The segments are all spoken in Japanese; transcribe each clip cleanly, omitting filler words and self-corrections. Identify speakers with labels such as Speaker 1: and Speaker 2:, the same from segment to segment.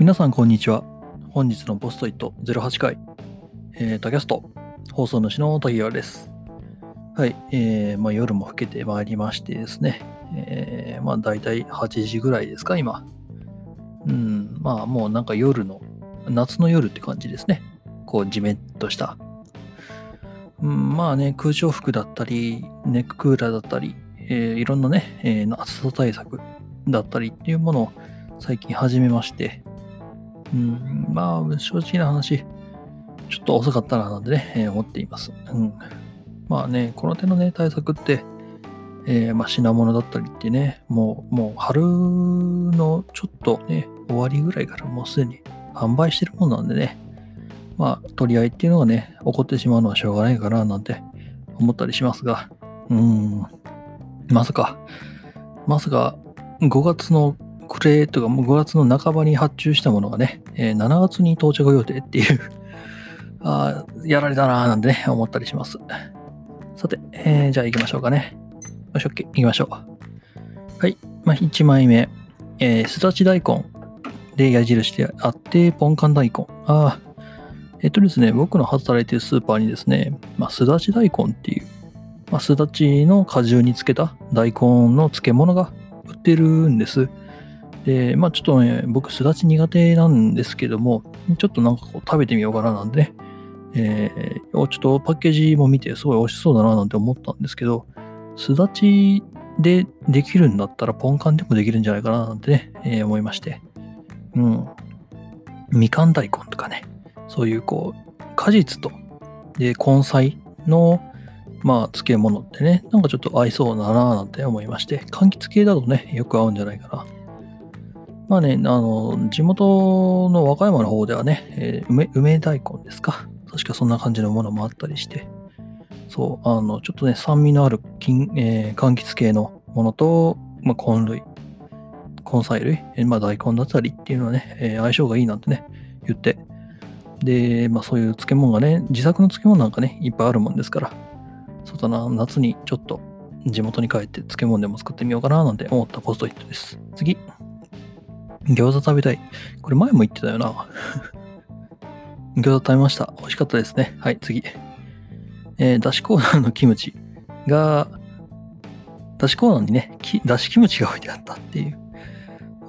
Speaker 1: 皆さんこんにちは。本日のポストイット08回、タキャスト放送主の滝川です。はい、夜も更けてまいりましてですね、だいたい8時ぐらいですか今。もうなんか夏の夜って感じですね。こうジメッとした。空調服だったりネッククーラーだったり、いろんなね、暑さ対策だったりっていうものを最近始めまして。正直な話、ちょっと遅かったななんてね、思っています。この手のね、対策って、品物だったりってね、もう春のちょっとね、終わりぐらいからもうすでに販売してるもんなんでね、取り合いっていうのがね、起こってしまうのはしょうがないかななんて思ったりしますが、まさか5月の暮れとかもう5月の半ばに発注したものがね、7月に到着予定っていうやられたなーなんてね、思ったりします。さて、じゃあ行きましょうかね。よし、OK、行きましょう。はい、1枚目、すだち大根で矢印であって、ポンカン大根。ですね、僕の働いているスーパーにですね、すだち大根っていう、すだちの果汁につけた大根の漬物が売ってるんです。で、ちょっとね、僕、すだち苦手なんですけども、ちょっとなんかこう食べてみようかななんてね、ちょっとパッケージも見てすごい美味しそうだななんて思ったんですけど、すだちでできるんだったらポンカンでもできるんじゃないかななんてね、思いまして。みかん大根とかね、そういうこう、果実と、で、根菜の、漬物ってね、なんかちょっと合いそうだななんて思いまして、柑橘系だとね、よく合うんじゃないかな。地元の和歌山の方ではね、梅大根ですか。確かそんな感じのものもあったりして、そう、ちょっとね、酸味のある柑橘系のものと、根菜類、大根だったりっていうのはね、相性がいいなんてね、言って、で、そういう漬物がね、自作の漬物なんかね、いっぱいあるもんですから、そうだな、夏にちょっと地元に帰って漬物でも作ってみようかななんて思ったポストイットです。次。餃子食べたい。これ前も言ってたよな。餃子食べました。美味しかったですね。はい、次。だしコーナーのキムチが、だしコーナーにね、だしキムチが置いてあったっていう。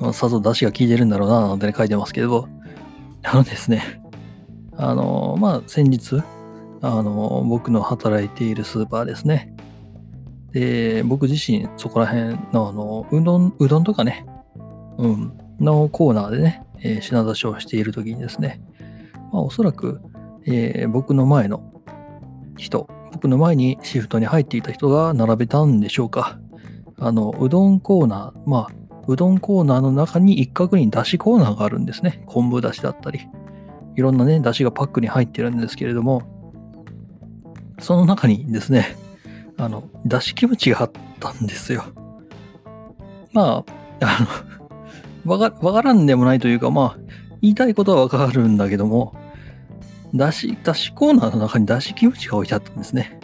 Speaker 1: さぞだしが効いてるんだろうな、なんてね、書いてますけど、ですね、先日、僕の働いているスーパーですね。で、僕自身、そこら辺の、うどんとかね、のコーナーでね、品出しをしているときにですね、おそらく、僕の前にシフトに入っていた人が並べたんでしょうか。うどんコーナー、うどんコーナーの中に一角にだしコーナーがあるんですね。昆布だしだったり。いろんなね、だしがパックに入ってるんですけれども、その中にですね、だしキムチがあったんですよ。わからんでもないというか、言いたいことはわかるんだけども、だしコーナーの中にだしキムチが置いてあったんですね。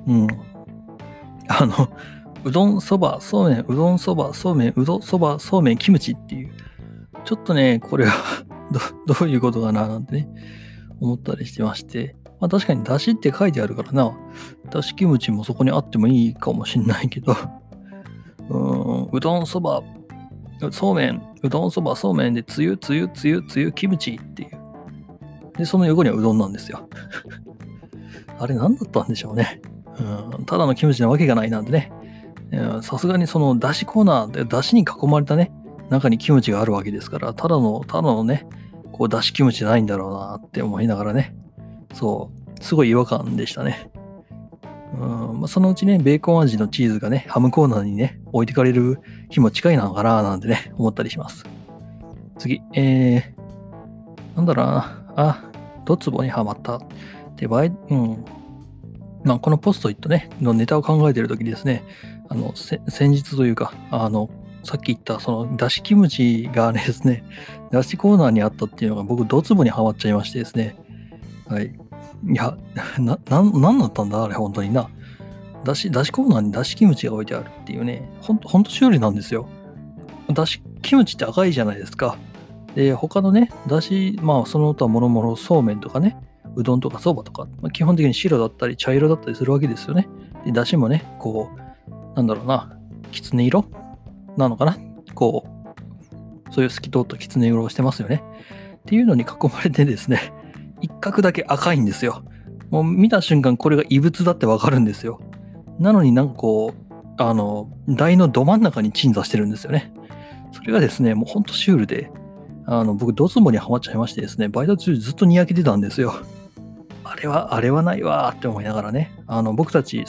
Speaker 1: うどん、そば、そうめん、うどん、そば、そうめん、そば、そうめん、キムチっていう。ちょっとね、これはどういうことかななんてね、思ったりしてまして。確かにだしって書いてあるからな。だしキムチもそこにあってもいいかもしんないけど。うどん、そば、そうめん、うどん、そば、そうめんで、つゆ、キムチっていう。で、その横にはうどんなんですよ。あれ何だったんでしょうね。ただのキムチなわけがないなんてね。さすがにそのだしコーナーでだしに囲まれたね、中にキムチがあるわけですから、ただのね、こうだしキムチじゃないんだろうなって思いながらね。そう、すごい違和感でしたね。そのうちね、ベーコン味のチーズがね、ハムコーナーにね、置いてかれる日も近いのかななんてね、思ったりします。次、なんだろうな。ドツボにはまった。で、このポストイットね、のネタを考えているときですね、先日というか、さっき言ったそのだしキムチがですね、だしコーナーにあったっていうのが僕ドツボにはまっちゃいましてですね。はい。いや、なんだったんだあれ本当にな。だしコーナーにだしキムチが置いてあるっていうね、ほんと修理なんですよ。だしキムチって赤いじゃないですか。 で、他のね、だし、まあその他もろもろそうめんとかね、うどんとかそばとか、基本的に白だったり茶色だったりするわけですよね。で、だしもね、こう、なんだろうな、きつね色なのかな、こう、そういう透き通ったきつね色をしてますよね。っていうのに囲まれてですね、一角だけ赤いんですよ。もう見た瞬間これが異物だってわかるんですよ。なのになんかこう、台のど真ん中に鎮座してるんですよね。それがですね、もうほんとシュールで、僕ドツボにはまっちゃいましてですね、バイト中ずっとにやけてたんですよ。あれはないわーって思いながらね、僕たち、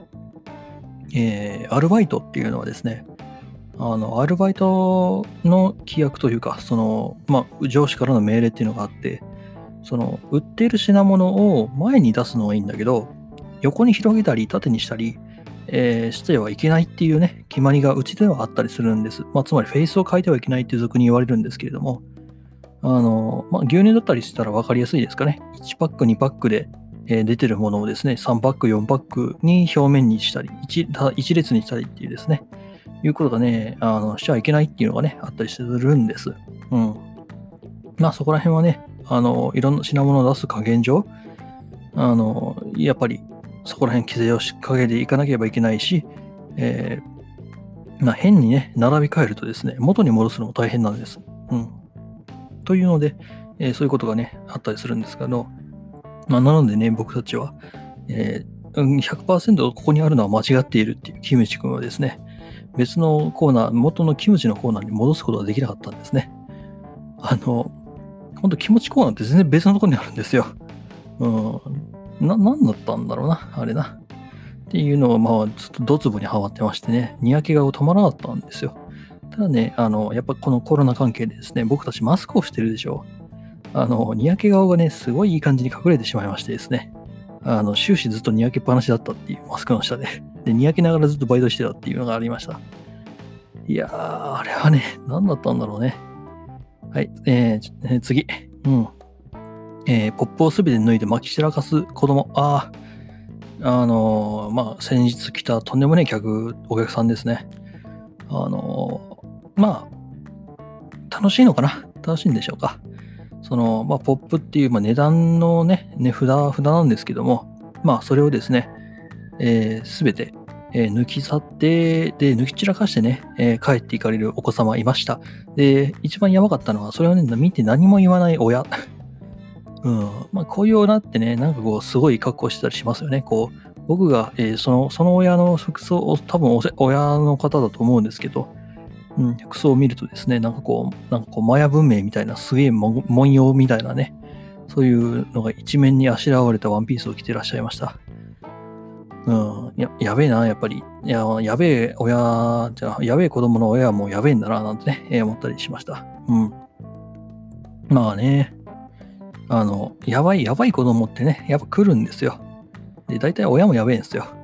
Speaker 1: アルバイトっていうのはですね、アルバイトの規約というか、上司からの命令っていうのがあって、売っている品物を前に出すのはいいんだけど、横に広げたり、縦にしたり、してはいけないっていうね、決まりがうちではあったりするんです。つまり、フェイスを変えてはいけないって俗に言われるんですけれども、牛乳だったりしたら分かりやすいですかね。1パック、2パックで、出てるものをですね、3パック、4パックに表面にしたり、1列にしたりっていうですね、いうことがね、しちゃいけないっていうのがね、あったりするんです。うん。そこら辺はね、いろんな品物を出す加減上、やっぱりそこら辺規制をかけていかなければいけないし、変にね、並び替えるとですね、元に戻すのも大変なんです。うん。というので、そういうことがね、あったりするんですけど、なのでね、僕たちは、100% ここにあるのは間違っているっていうキムチ君はですね、別のコーナー、元のキムチのコーナーに戻すことができなかったんですね。ほんとキムチコーナーって全然別のところにあるんですよ。なんだったんだろうな、あれな。っていうのを、ずっとドツボにはまってましてね、にやけ顔止まらなかったんですよ。ただね、やっぱこのコロナ関係でですね、僕たちマスクをしてるでしょ。にやけ顔がね、すごいいい感じに隠れてしまいましてですね、終始ずっとにやけっぱなしだったっていうマスクの下で、で、にやけながらずっとバイトしてたっていうのがありました。いやー、あれはね、何だったんだろうね。はい、次。うん。ポップをすべて脱いで巻き散らかす子供。先日来たとんでもないお客さんですね。楽しいのかな、楽しいんでしょうか。ポップっていう、値段のね、札なんですけども、それをですね、すべて、抜き去って、で、抜き散らかしてね、帰っていかれるお子様いました。で、一番やばかったのは、それをね、見て何も言わない親。こういう親ってね、なんかこう、すごい格好してたりしますよね。こう、僕が、その親の服装を、多分親の方だと思うんですけど、服装を見るとですね、なんかこう、マヤ文明みたいなすげえ文様みたいなね、そういうのが一面にあしらわれたワンピースを着てらっしゃいました。やべえな、やっぱり。やべえやべえ子供の親はもうやべえんだな、なんてね、思ったりしました。まあね、やばい子供ってね、やっぱ来るんですよ。で、大体親もやべえんですよ。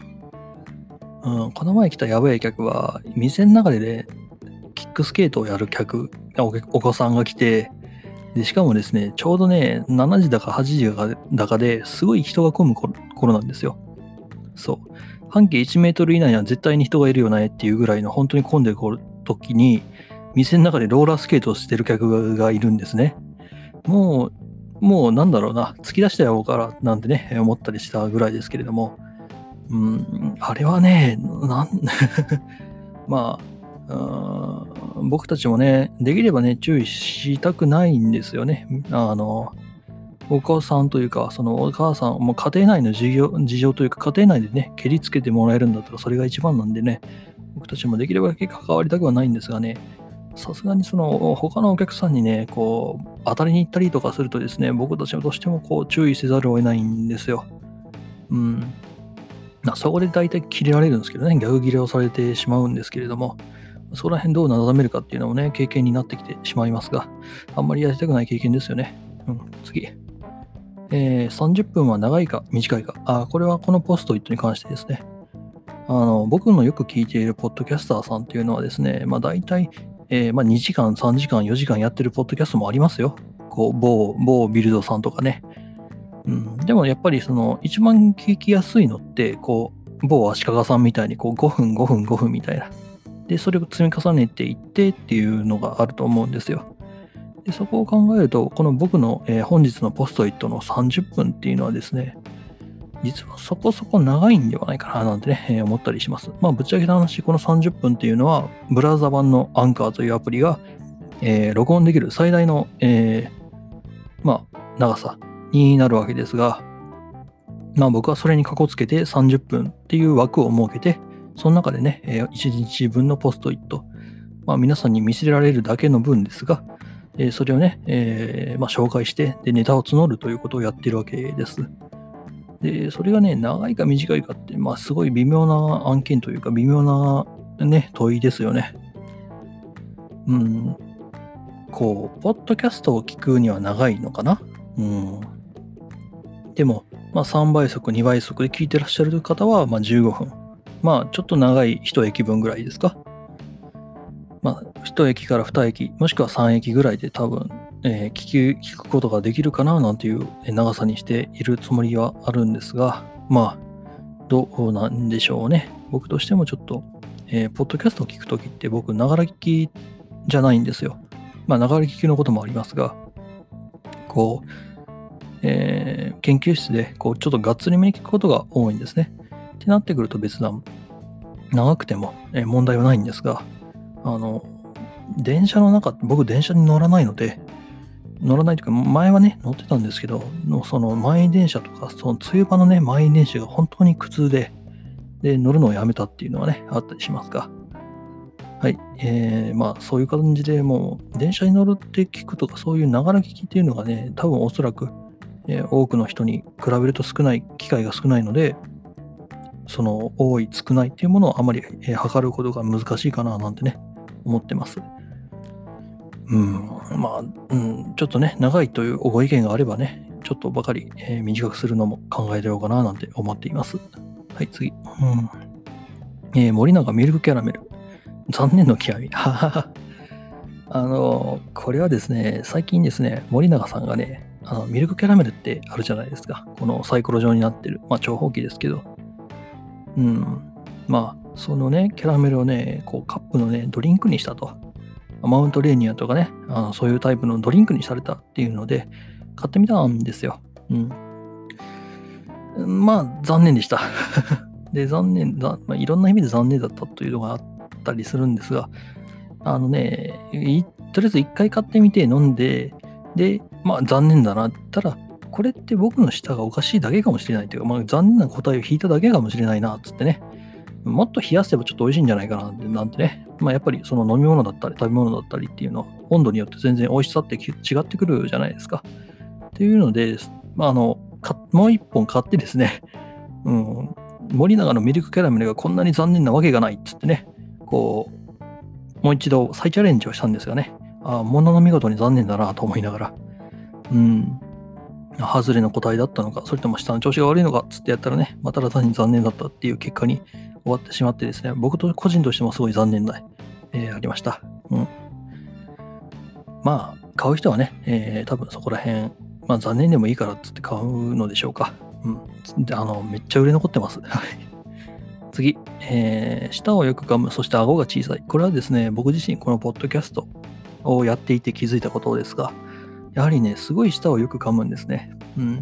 Speaker 1: この前来たやべえ客は、店の中でね、キックスケートをやるお子さんが来て、で、しかもですね、ちょうどね、7時だか8時だかですごい人が混む頃なんですよ。そう。半径1メートル以内には絶対に人がいるよねっていうぐらいの本当に混んでる時に、店の中でローラースケートをしてる客がいるんですね。もうなんだろうな、突き出してやろうからなんてね、思ったりしたぐらいですけれども、あれはね、まあ、僕たちもね、できればね、注意したくないんですよね。お子さんというか、そのお母さん、もう家庭内の事情というか、家庭内でね、蹴りつけてもらえるんだったらそれが一番なんでね、僕たちもできればだけ関わりたくはないんですがね、さすがにその他のお客さんにね、こう、当たりに行ったりとかするとですね、僕たちはどうしてもこう注意せざるを得ないんですよ。そこで大体切れられるんですけどね、逆切れをされてしまうんですけれども、そこら辺どうなだめるかっていうのもね、経験になってきてしまいますが、あんまりやりたくない経験ですよね。次。30分は長いか短いか。これはこのポストイットに関してですね。僕のよく聞いているポッドキャスターさんっていうのはですね、大体、2時間、3時間、4時間やってるポッドキャストもありますよ。こう、某ビルドさんとかね。でもやっぱりその、一番聞きやすいのって、こう、某足利さんみたいにこう5分、5分、5分みたいな。で、それを積み重ねていってっていうのがあると思うんですよ。 でそこを考えると、この僕の、本日のポストイットの30分っていうのはですね、実はそこそこ長いんではないかななんてね、思ったりします。まあ、ぶっちゃけた話、この30分っていうのは、ブラウザ版のアンカーというアプリが、録音できる最大の、長さになるわけですが、まあ僕はそれにかこつけて30分っていう枠を設けて、その中でね、1日分のポストイット、まあ皆さんに見せられるだけの分ですが、それをね、紹介して、で、ネタを募るということをやっているわけです。で、それがね、長いか短いかって、まあすごい微妙な案件というか、微妙なね、問いですよね。ポッドキャストを聞くには長いのかな。でも、3倍速、2倍速で聞いてらっしゃる方は、15分。ちょっと長い1駅分ぐらいですか。1駅から2駅、もしくは3駅ぐらいで多分、聞くことができるかななんていう長さにしているつもりはあるんですが、どうなんでしょうね。僕としてもちょっと、ポッドキャストを聞くときって僕、ながら聞きじゃないんですよ。ながら聞きのこともありますが、研究室でちょっとがっつりめに聞くことが多いんですね。ってなってくると別段長くても、問題はないんですが、電車の中、僕電車に乗らないので、乗らないというか、前はね、乗ってたんですけど、その満員電車とか、その梅雨場のね、満員電車が本当に苦痛で、乗るのをやめたっていうのはね、あったりしますが、はい。そういう感じでもう、電車に乗るって聞くとか、そういうながら聞きっていうのがね、多分おそらく、多くの人に比べると少ない、機会が少ないので、その多い少ないっていうものをあまり、測ることが難しいかななんてね、思ってます。ちょっとね、長いというご意見があればね、ちょっとばかり、短くするのも考えてようかななんて思っています。はい、次。森永ミルクキャラメル。残念の極み。これはですね、最近ですね、森永さんがね、ミルクキャラメルってあるじゃないですか。このサイコロ状になってる。長方形ですけど。そのね、キャラメルをね、カップのね、ドリンクにしたと。マウントレーニアとかね、そういうタイプのドリンクにされたっていうので、買ってみたんですよ。残念でした。で、いろんな意味で残念だったというのがあったりするんですが、とりあえず一回買ってみて飲んで、で、残念だなったら、これって僕の舌がおかしいだけかもしれないというか、残念な答えを引いただけかもしれないな、つってね。もっと冷やせばちょっと美味しいんじゃないかななんてね。やっぱりその飲み物だったり食べ物だったりっていうのは温度によって全然美味しさって違ってくるじゃないですか。っていうので、もう一本買ってですね、森永のミルクキャラメルがこんなに残念なわけがないっつってね、もう一度再チャレンジをしたんですがね、ものの見事に残念だなと思いながら、外れの答えだったのか、それとも舌の調子が悪いのかっつってやったらね、ただ単に残念だったっていう結果に終わってしまってですね、僕と個人としてもすごい残念な、ありました。買う人はね、多分そこら辺、残念でもいいからっつって買うのでしょうか。めっちゃ売れ残ってます。次、舌をよく噛む、そして顎が小さい。これはですね、僕自身このポッドキャストをやっていて気づいたことですが、やはりね、すごい舌をよく噛むんですね。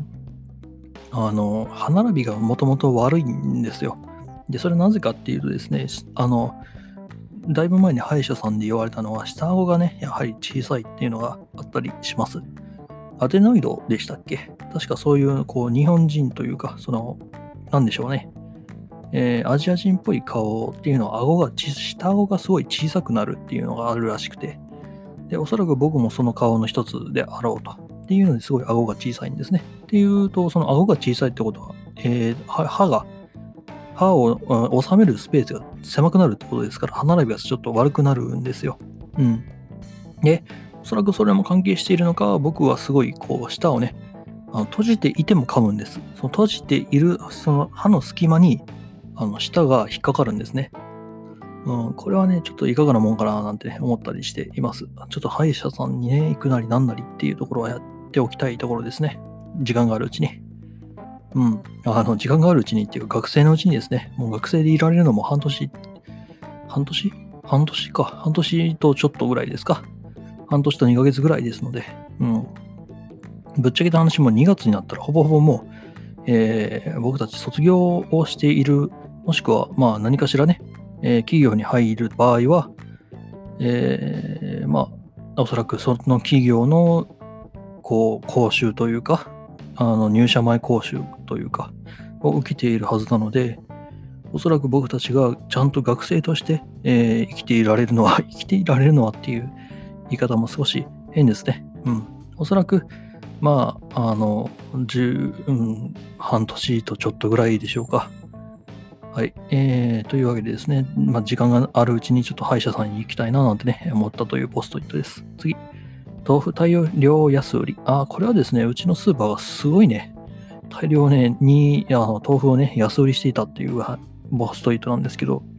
Speaker 1: 歯並びがもともと悪いんですよ。で、それなぜかっていうとですね、だいぶ前に歯医者さんで言われたのは、下顎がね、やはり小さいっていうのがあったりします。アデノイドでしたっけ？確かそういう、日本人というか、なんでしょうね。アジア人っぽい顔っていうのは、下顎がすごい小さくなるっていうのがあるらしくて、で、おそらく僕もその顔の一つであろうと。っていうのですごい顎が小さいんですね。っていうと、その顎が小さいってことは、歯を収めるスペースが狭くなるってことですから、歯並びがちょっと悪くなるんですよ。で、おそらくそれも関係しているのか、僕はすごい舌をね、閉じていても噛むんです。その閉じているその歯の隙間に舌が引っかかるんですね。これはね、ちょっといかがなもんかななんて思ったりしています。ちょっと歯医者さんにね、行くなりなんなりっていうところはやっておきたいところですね。時間があるうちに。時間があるうちにっていうか学生のうちにですね、もう学生でいられるのも半年とちょっとぐらいですか。 半年と2ヶ月ぐらいですので、ぶっちゃけた話も2月になったらほぼほぼもう、僕たち卒業をしている、もしくはまあ何かしらね、企業に入る場合は、まあおそらくその企業のこう講習というか、入社前講習というかを受けているはずなので、おそらく僕たちがちゃんと学生として、生きていられるのはっていう言い方も少し変ですね。おそらくまあ半年とちょっとぐらいでしょうか。はい。というわけでですね、時間があるうちにちょっと歯医者さんに行きたいななんてね、思ったというポストイットです。次。豆腐大量安売り。これはですね、うちのスーパーがすごいね、大量ね、豆腐をね、安売りしていたっていうポストイットなんですけど、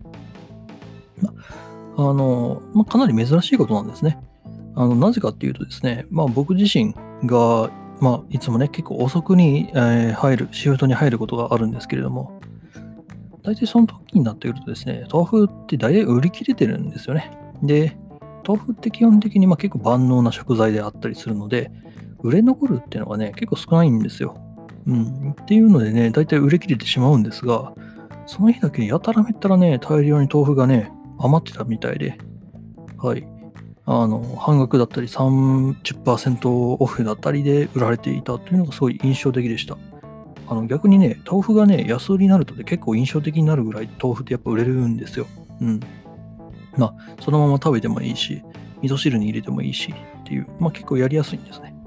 Speaker 1: かなり珍しいことなんですね。なぜかっていうとですね、僕自身が、いつもね、結構遅くに、シフトに入ることがあるんですけれども、大体その時になってくるとですね、豆腐って大体売り切れてるんですよね。で、豆腐って基本的に結構万能な食材であったりするので、売れ残るっていうのがね、結構少ないんですよ。っていうのでね、大体売り切れてしまうんですが、その日だけやたらめったらね、大量に豆腐がね、余ってたみたいで、はい。半額だったり30%オフだったりで売られていたというのがすごい印象的でした。逆にね、豆腐がね、安売りになるとね、結構印象的になるぐらい豆腐ってやっぱ売れるんですよ。そのまま食べてもいいし、味噌汁に入れてもいいしっていう、結構やりやすいんですね。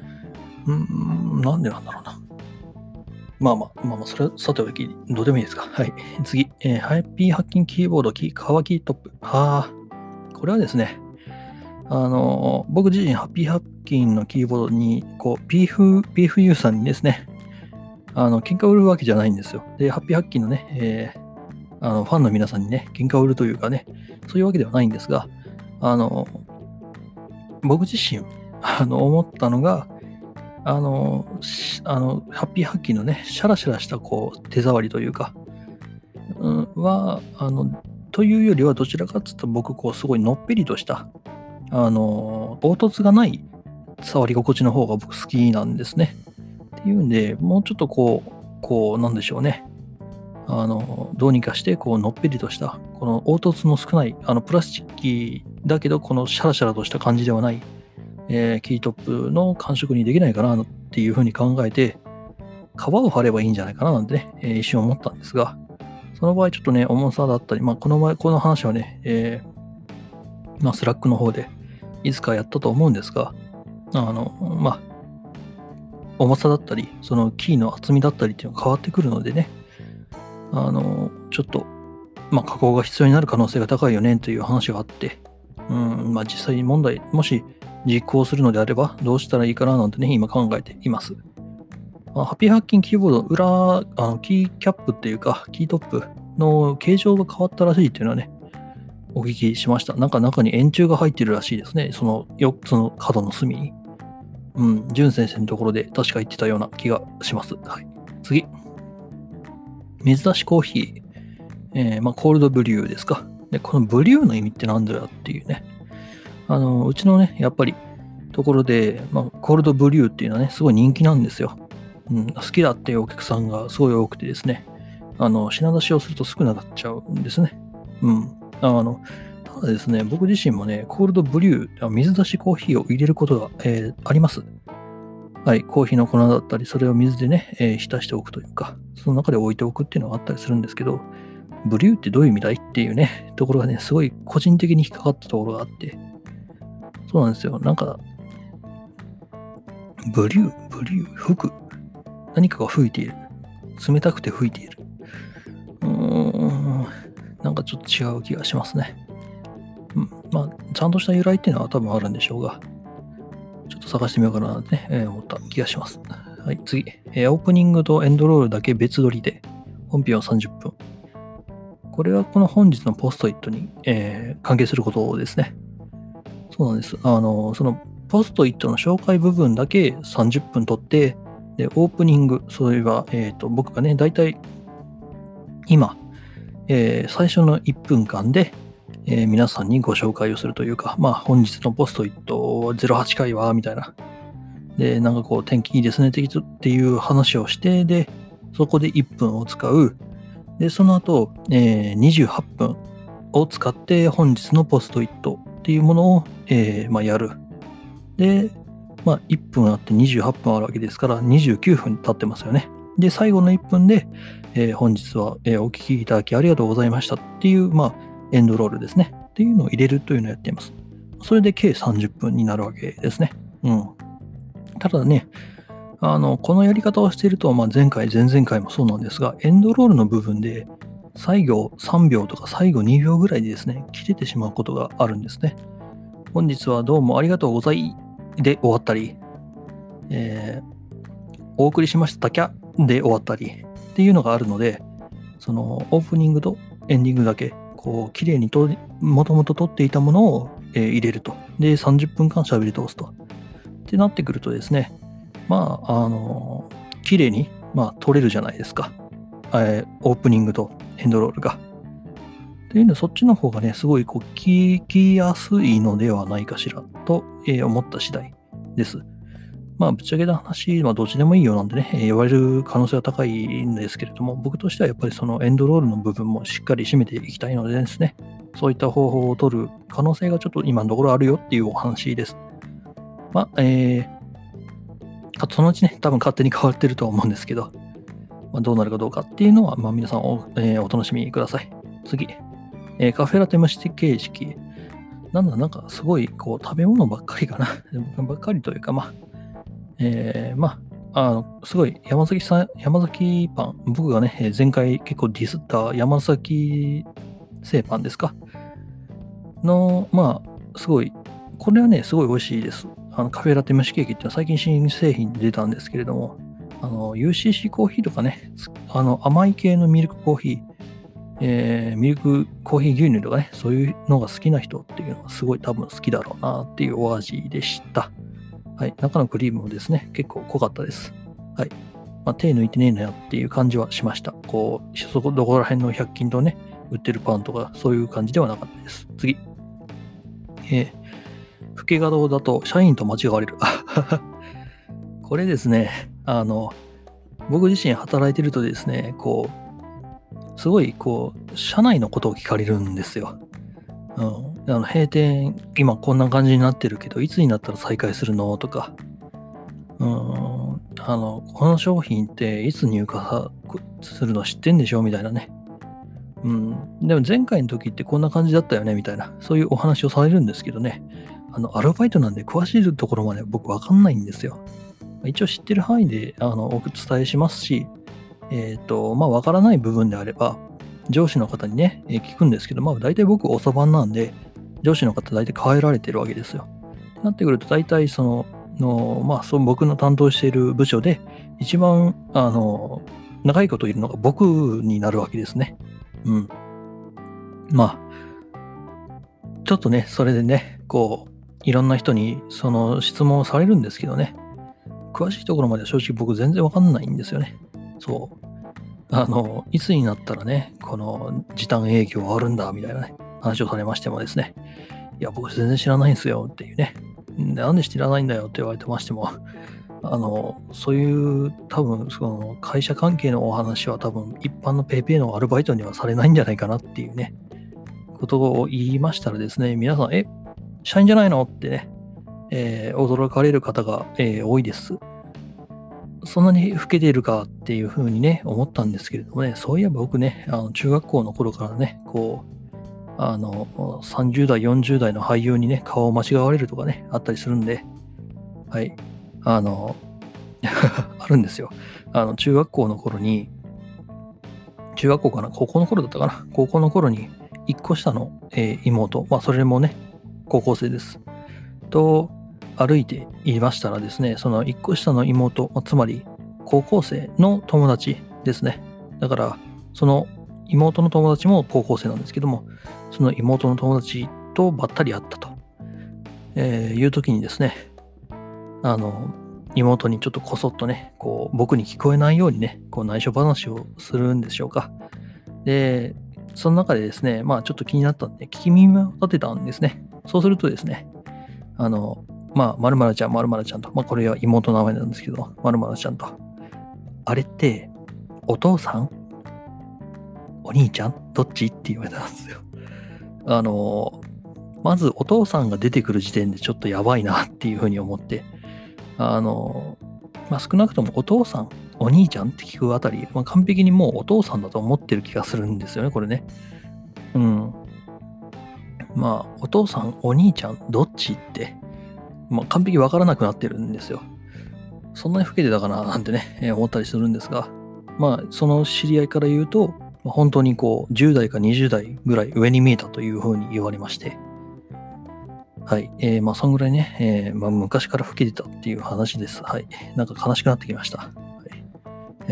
Speaker 1: なんでなんだろうな。それはさておき、どうでもいいですか。はい。次、ハッピーハッキンキーボード乾きトップ。これはですね、僕自身ハッピーハッキンのキーボードに、PFU さんにですね、喧嘩売るわけじゃないんですよ。で、ハッピーハッキンのね、ファンの皆さんにね、喧嘩売るというかね、そういうわけではないんですが、僕自身、思ったのが、ハッピーハッキンのね、シャラシャラした手触りというか、というよりはどちらかというと僕、すごいのっぺりとした、凹凸がない触り心地の方が僕好きなんですね。っていうんで、もうちょっとなんでしょうね。どうにかしてのっぺりとしたこの凹凸の少ないプラスチッキだけどこのシャラシャラとした感じではない、キートップの感触にできないかなっていうふうに考えて皮を貼ればいいんじゃないかななんてね、一瞬思ったんですが、その場合ちょっとね重さだったり、この話はね、スラックの方でいつかやったと思うんですが、重さだったりそのキーの厚みだったりっていうのが変わってくるのでね、ちょっと、加工が必要になる可能性が高いよねという話があって、実際問題、もし実行するのであれば、どうしたらいいかななんてね、今考えています。ハッピーハッキンキーボード裏、キーキャップっていうか、キートップの形状が変わったらしいっていうのはね、お聞きしました。なんか中に円柱が入ってるらしいですね。その4つの角の隅に。淳先生のところで確か言ってたような気がします。はい。次。水出しコーヒー、コールドブリューですか。で、このブリューの意味って何だよっていうね。うちのね、やっぱり、ところで、コールドブリューっていうのはね、すごい人気なんですよ。好きだっていうお客さんがすごい多くてですね、品出しをすると少なくなっちゃうんですね。ただですね、僕自身もね、コールドブリュー、水出しコーヒーを入れることが、あります。はい、コーヒーの粉だったり、それを水でね、浸しておくというか、その中で置いておくっていうのがあったりするんですけど、ブリューってどういう意味だいっていうね、ところがね、すごい個人的に引っかかったところがあって、そうなんですよ。なんか、ブリュー、吹く。何かが吹いている。冷たくて吹いている。なんかちょっと違う気がしますね。ちゃんとした由来っていうのは多分あるんでしょうが、ちょっと探してみようかなってね、思った気がします。はい、次。オープニングとエンドロールだけ別撮りで、本編は30分。これはこの本日のポストイットに、関係することですね。そうなんです。そのポストイットの紹介部分だけ30分撮って、で、オープニング、それは、僕がね、だいたい今、最初の1分間で、皆さんにご紹介をするというか、本日のポストイット 08回は、みたいな。で、なんかこう、天気いいですね、っていう話をして、で、そこで1分を使う。で、その後、28分を使って本日のポストイットっていうものを、やる。で、1分あって28分あるわけですから、29分経ってますよね。で、最後の1分で、本日は、お聞きいただきありがとうございましたっていう、エンドロールですね。っていうのを入れるというのをやっています。それで計30分になるわけですね。ただね、このやり方をしていると、前回、前々回もそうなんですが、エンドロールの部分で、最後3秒とか最後2秒ぐらいでですね、切れてしまうことがあるんですね。本日はどうもありがとうございで終わったり、お送りしましたキャで終わったりっていうのがあるので、そのオープニングとエンディングだけ、こう、綺麗にもともと撮っていたものを、入れると。で、30分間喋り通すと。ってなってくるとですね、綺麗に、撮れるじゃないですか。オープニングとエンドロールが。というのは、そっちの方がね、すごいこう聞きやすいのではないかしらと、思った次第です。ぶっちゃけた話、どっちでもいいよなんてね、言われる可能性は高いんですけれども、僕としてはやっぱりそのエンドロールの部分もしっかり締めていきたいのでですね、そういった方法を取る可能性がちょっと今のところあるよっていうお話です。そのうちね、多分勝手に変わってるとは思うんですけど、どうなるかどうかっていうのは、皆さんお楽しみください。次。カフェラテ蒸し形式。なんかすごいこう食べ物ばっかりかな。ばっかりというか、すごい山崎パン。僕がね、前回結構ディスった山崎製パンですかの、すごい、これはね、すごい美味しいです。カフェラテ蒸しケーキっていうのは最近新製品で出たんですけれども、UCC コーヒーとかね、甘い系のミルクコーヒー、ミルクコーヒー牛乳とかね、そういうのが好きな人っていうのはすごい多分好きだろうなっていうお味でした。はい。中のクリームもですね、結構濃かったです。はい。手抜いてねえなっていう感じはしました。こう、そこどこら辺の100均とね、売ってるパンとかそういう感じではなかったです。次。老け顔だと社員と間違われる。これですね、僕自身働いてるとですね、こう、すごい、こう、社内のことを聞かれるんですよ。閉店、今こんな感じになってるけど、いつになったら再開するのとか、この商品っていつ入荷するの知ってんでしょみたいなね。でも前回の時ってこんな感じだったよねみたいな、そういうお話をされるんですけどね。アルバイトなんで詳しいところまで僕わかんないんですよ。一応知ってる範囲でお伝えしますし、わからない部分であれば、上司の方にね、聞くんですけど、大体僕遅番なんで、上司の方大体変えられてるわけですよ。なってくると大体その僕の担当している部署で一番長いこといるのが僕になるわけですね。ちょっとね、それでね、こう、いろんな人にその質問をされるんですけどね、詳しいところまでは正直僕全然わかんないんですよね。そう。いつになったらね、この時短営業あるんだ、みたいなね、話をされましてもですね、いや、僕全然知らないんですよっていうね、なんで知らないんだよって言われてましても、そういう多分その会社関係のお話は多分一般のペイペイのアルバイトにはされないんじゃないかなっていうね、ことを言いましたらですね、皆さん、社員じゃないのってね、驚かれる方が、多いです。そんなに老けているかっていうふうにね、思ったんですけれどもね、そういえば僕ね、中学校の頃からね、こう、30代、40代の俳優にね、顔を間違われるとかね、あったりするんで、はい、あるんですよ。中学校の頃に、中学校かな、高校の頃だったかな、高校の頃に、1個下の、妹、それもね、高校生です。と、歩いていましたらですね、その1個下の妹、つまり高校生の友達ですね。だから、その妹の友達も高校生なんですけども、その妹の友達とばったり会ったと、いう時にですね、妹にちょっとこそっとね、こう僕に聞こえないようにね、こう内緒話をするんでしょうか。で、その中でですね、ちょっと気になったんで、聞き耳を立てたんですね。そうするとですね、 まあ、〇〇ちゃん、〇〇ちゃんと、まあ、これは妹の名前なんですけど、〇〇ちゃんと。あれって、お父さんお兄ちゃんどっちって言われたんですよ。まずお父さんが出てくる時点でちょっとやばいなっていうふうに思って、まあ、少なくともお父さん、お兄ちゃんって聞くあたり、まあ、完璧にもうお父さんだと思ってる気がするんですよね、これね。うん。まあ、お父さん、お兄ちゃん、どっちって、まあ、完璧わからなくなってるんですよ。そんなに老けてたかななんてね、思ったりするんですが、まあ、その知り合いから言うと、本当にこう、10代か20代ぐらい上に見えたというふうに言われまして、はい。まあ、そんぐらいね、まあ、昔から老けてたっていう話です。はい。なんか悲しくなってきました。はい。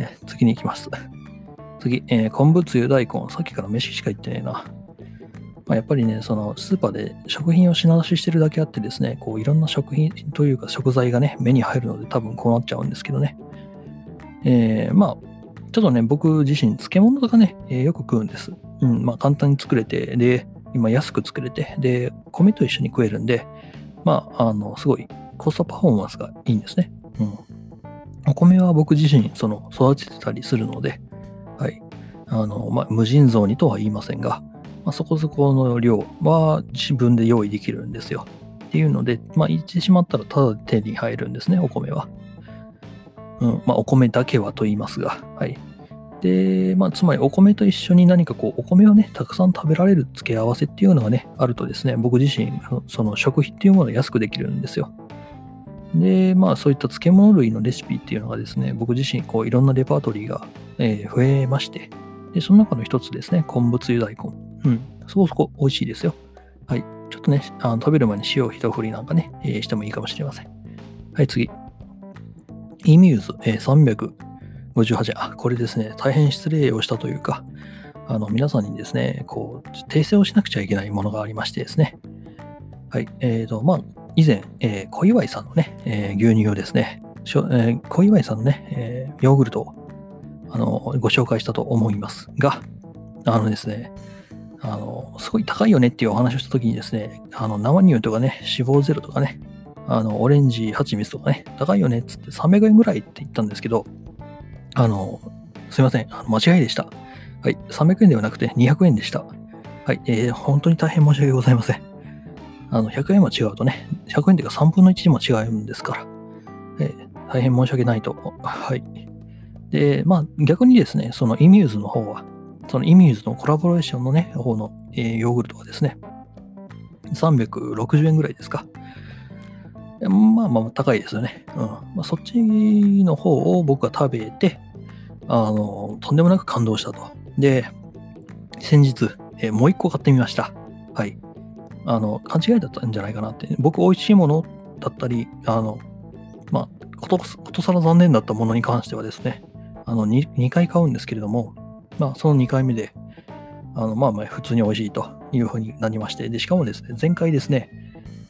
Speaker 1: 次に行きます。次、昆布つゆ大根。さっきから飯しか言ってねえな。まあ、やっぱりね、そのスーパーで食品を品出ししてるだけあってですね、こういろんな食品というか食材がね、目に入るので多分こうなっちゃうんですけどね。まあ、ちょっとね、僕自身漬物とかね、よく食うんです。うん、まあ簡単に作れて、で、今安く作れて、で、米と一緒に食えるんで、まあ、すごいコストパフォーマンスがいいんですね。うん。お米は僕自身、育ててたりするので、はい。まあ、無尽蔵にとは言いませんが、まあ、そこそこの量は自分で用意できるんですよ。っていうので、まあ、言ってしまったらただで手に入るんですね、お米は。うん。まあ、お米だけはと言いますが、はい。で、まあ、つまりお米と一緒に何かこう、お米をね、たくさん食べられる付け合わせっていうのがね、あるとですね、僕自身、その食費っていうものを安くできるんですよ。で、まあ、そういった漬物類のレシピっていうのがですね、僕自身、こう、いろんなレパートリーが、増えまして、で、その中の一つですね、昆布つゆ大根。うん、そこそこ美味しいですよ。はい。ちょっとね、食べる前に塩一振りなんかね、してもいいかもしれません。はい、次。イミューズ、358円。あ、これですね、大変失礼をしたというか、皆さんにですね、こう、訂正をしなくちゃいけないものがありましてですね。はい。まあ、以前、小祝さんのね、牛乳をですね、小祝さんのね、ヨーグルトを、ご紹介したと思いますが、ですね、すごい高いよねっていうお話をしたときにですね、生乳とかね、脂肪ゼロとかね、オレンジ蜂蜜とかね、高いよねっつって300円ぐらいって言ったんですけど、すいません、間違いでした。はい、300円ではなくて200円でした。はい、本当に大変申し訳ございません。100円も違うとね、100円というか3分の1も違うんですから、大変申し訳ないと。はい。で、まあ逆にですね、そのイミューズの方は、そのイミューズのコラボレーションのね、方の、ヨーグルトはですね、360円ぐらいですか。まあまあ高いですよね。うん。まあ、そっちの方を僕は食べて、とんでもなく感動したと。で、先日、もう一個買ってみました。はい。勘違いだったんじゃないかなって。僕、美味しいものだったり、まあ、ことさら残念だったものに関してはですね、2回買うんですけれども、まあ、その2回目で、まあまあ、普通に美味しいというふうになりまして、で、しかもですね、前回ですね、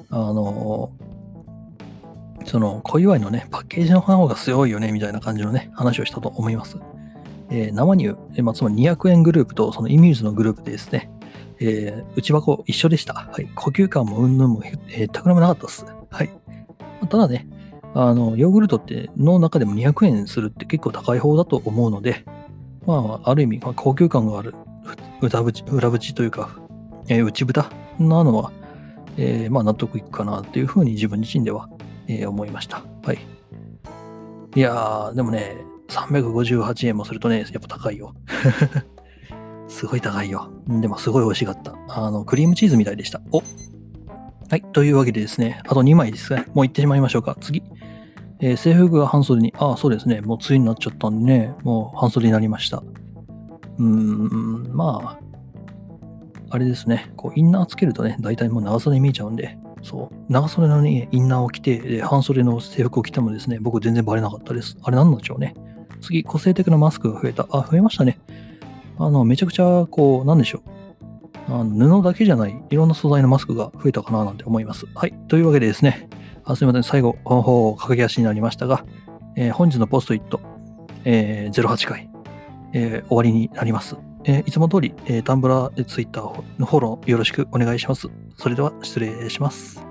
Speaker 1: その小祝いのね、パッケージの方が強いよね、みたいな感じのね、話をしたと思います。生乳、まあ、つまり200円グループとそのイミューズのグループでですね、内箱一緒でした。はい。呼吸感もうんぬんも、たくらもなかったです。はい。ただね、ヨーグルトっての中でも200円するって結構高い方だと思うので、まあ、ある意味、まあ、高級感がある裏縁というか、内蓋なのは、まあ納得いくかなっていうふうに自分自身では、思いました。はい。いやー、でもね、358円もするとね、やっぱ高いよ。すごい高いよ。でもすごい美味しかった。クリームチーズみたいでした。お、はい。というわけでですね、あと2枚ですね。もう行ってしまいましょうか。次。制服が半袖に、そうですね。もう梅雨になっちゃったんでね、もう半袖になりました。まあ、あれですね。こう、インナーつけるとね、大体もう長袖に見えちゃうんで、そう、長袖のね、インナーを着て、半袖の制服を着てもですね、僕全然バレなかったです。あれなんなんでしょうね。次、個性的なマスクが増えた。増えましたね。めちゃくちゃ、こう、なんでしょう。布だけじゃない、いろんな素材のマスクが増えたかななんて思います。はい。というわけでですね、すみません、最後、駆け足になりましたが、本日のポストイット、08回、終わりになります。いつも通り、タンブラー、ツイッターのフォローよろしくお願いします。それでは失礼します。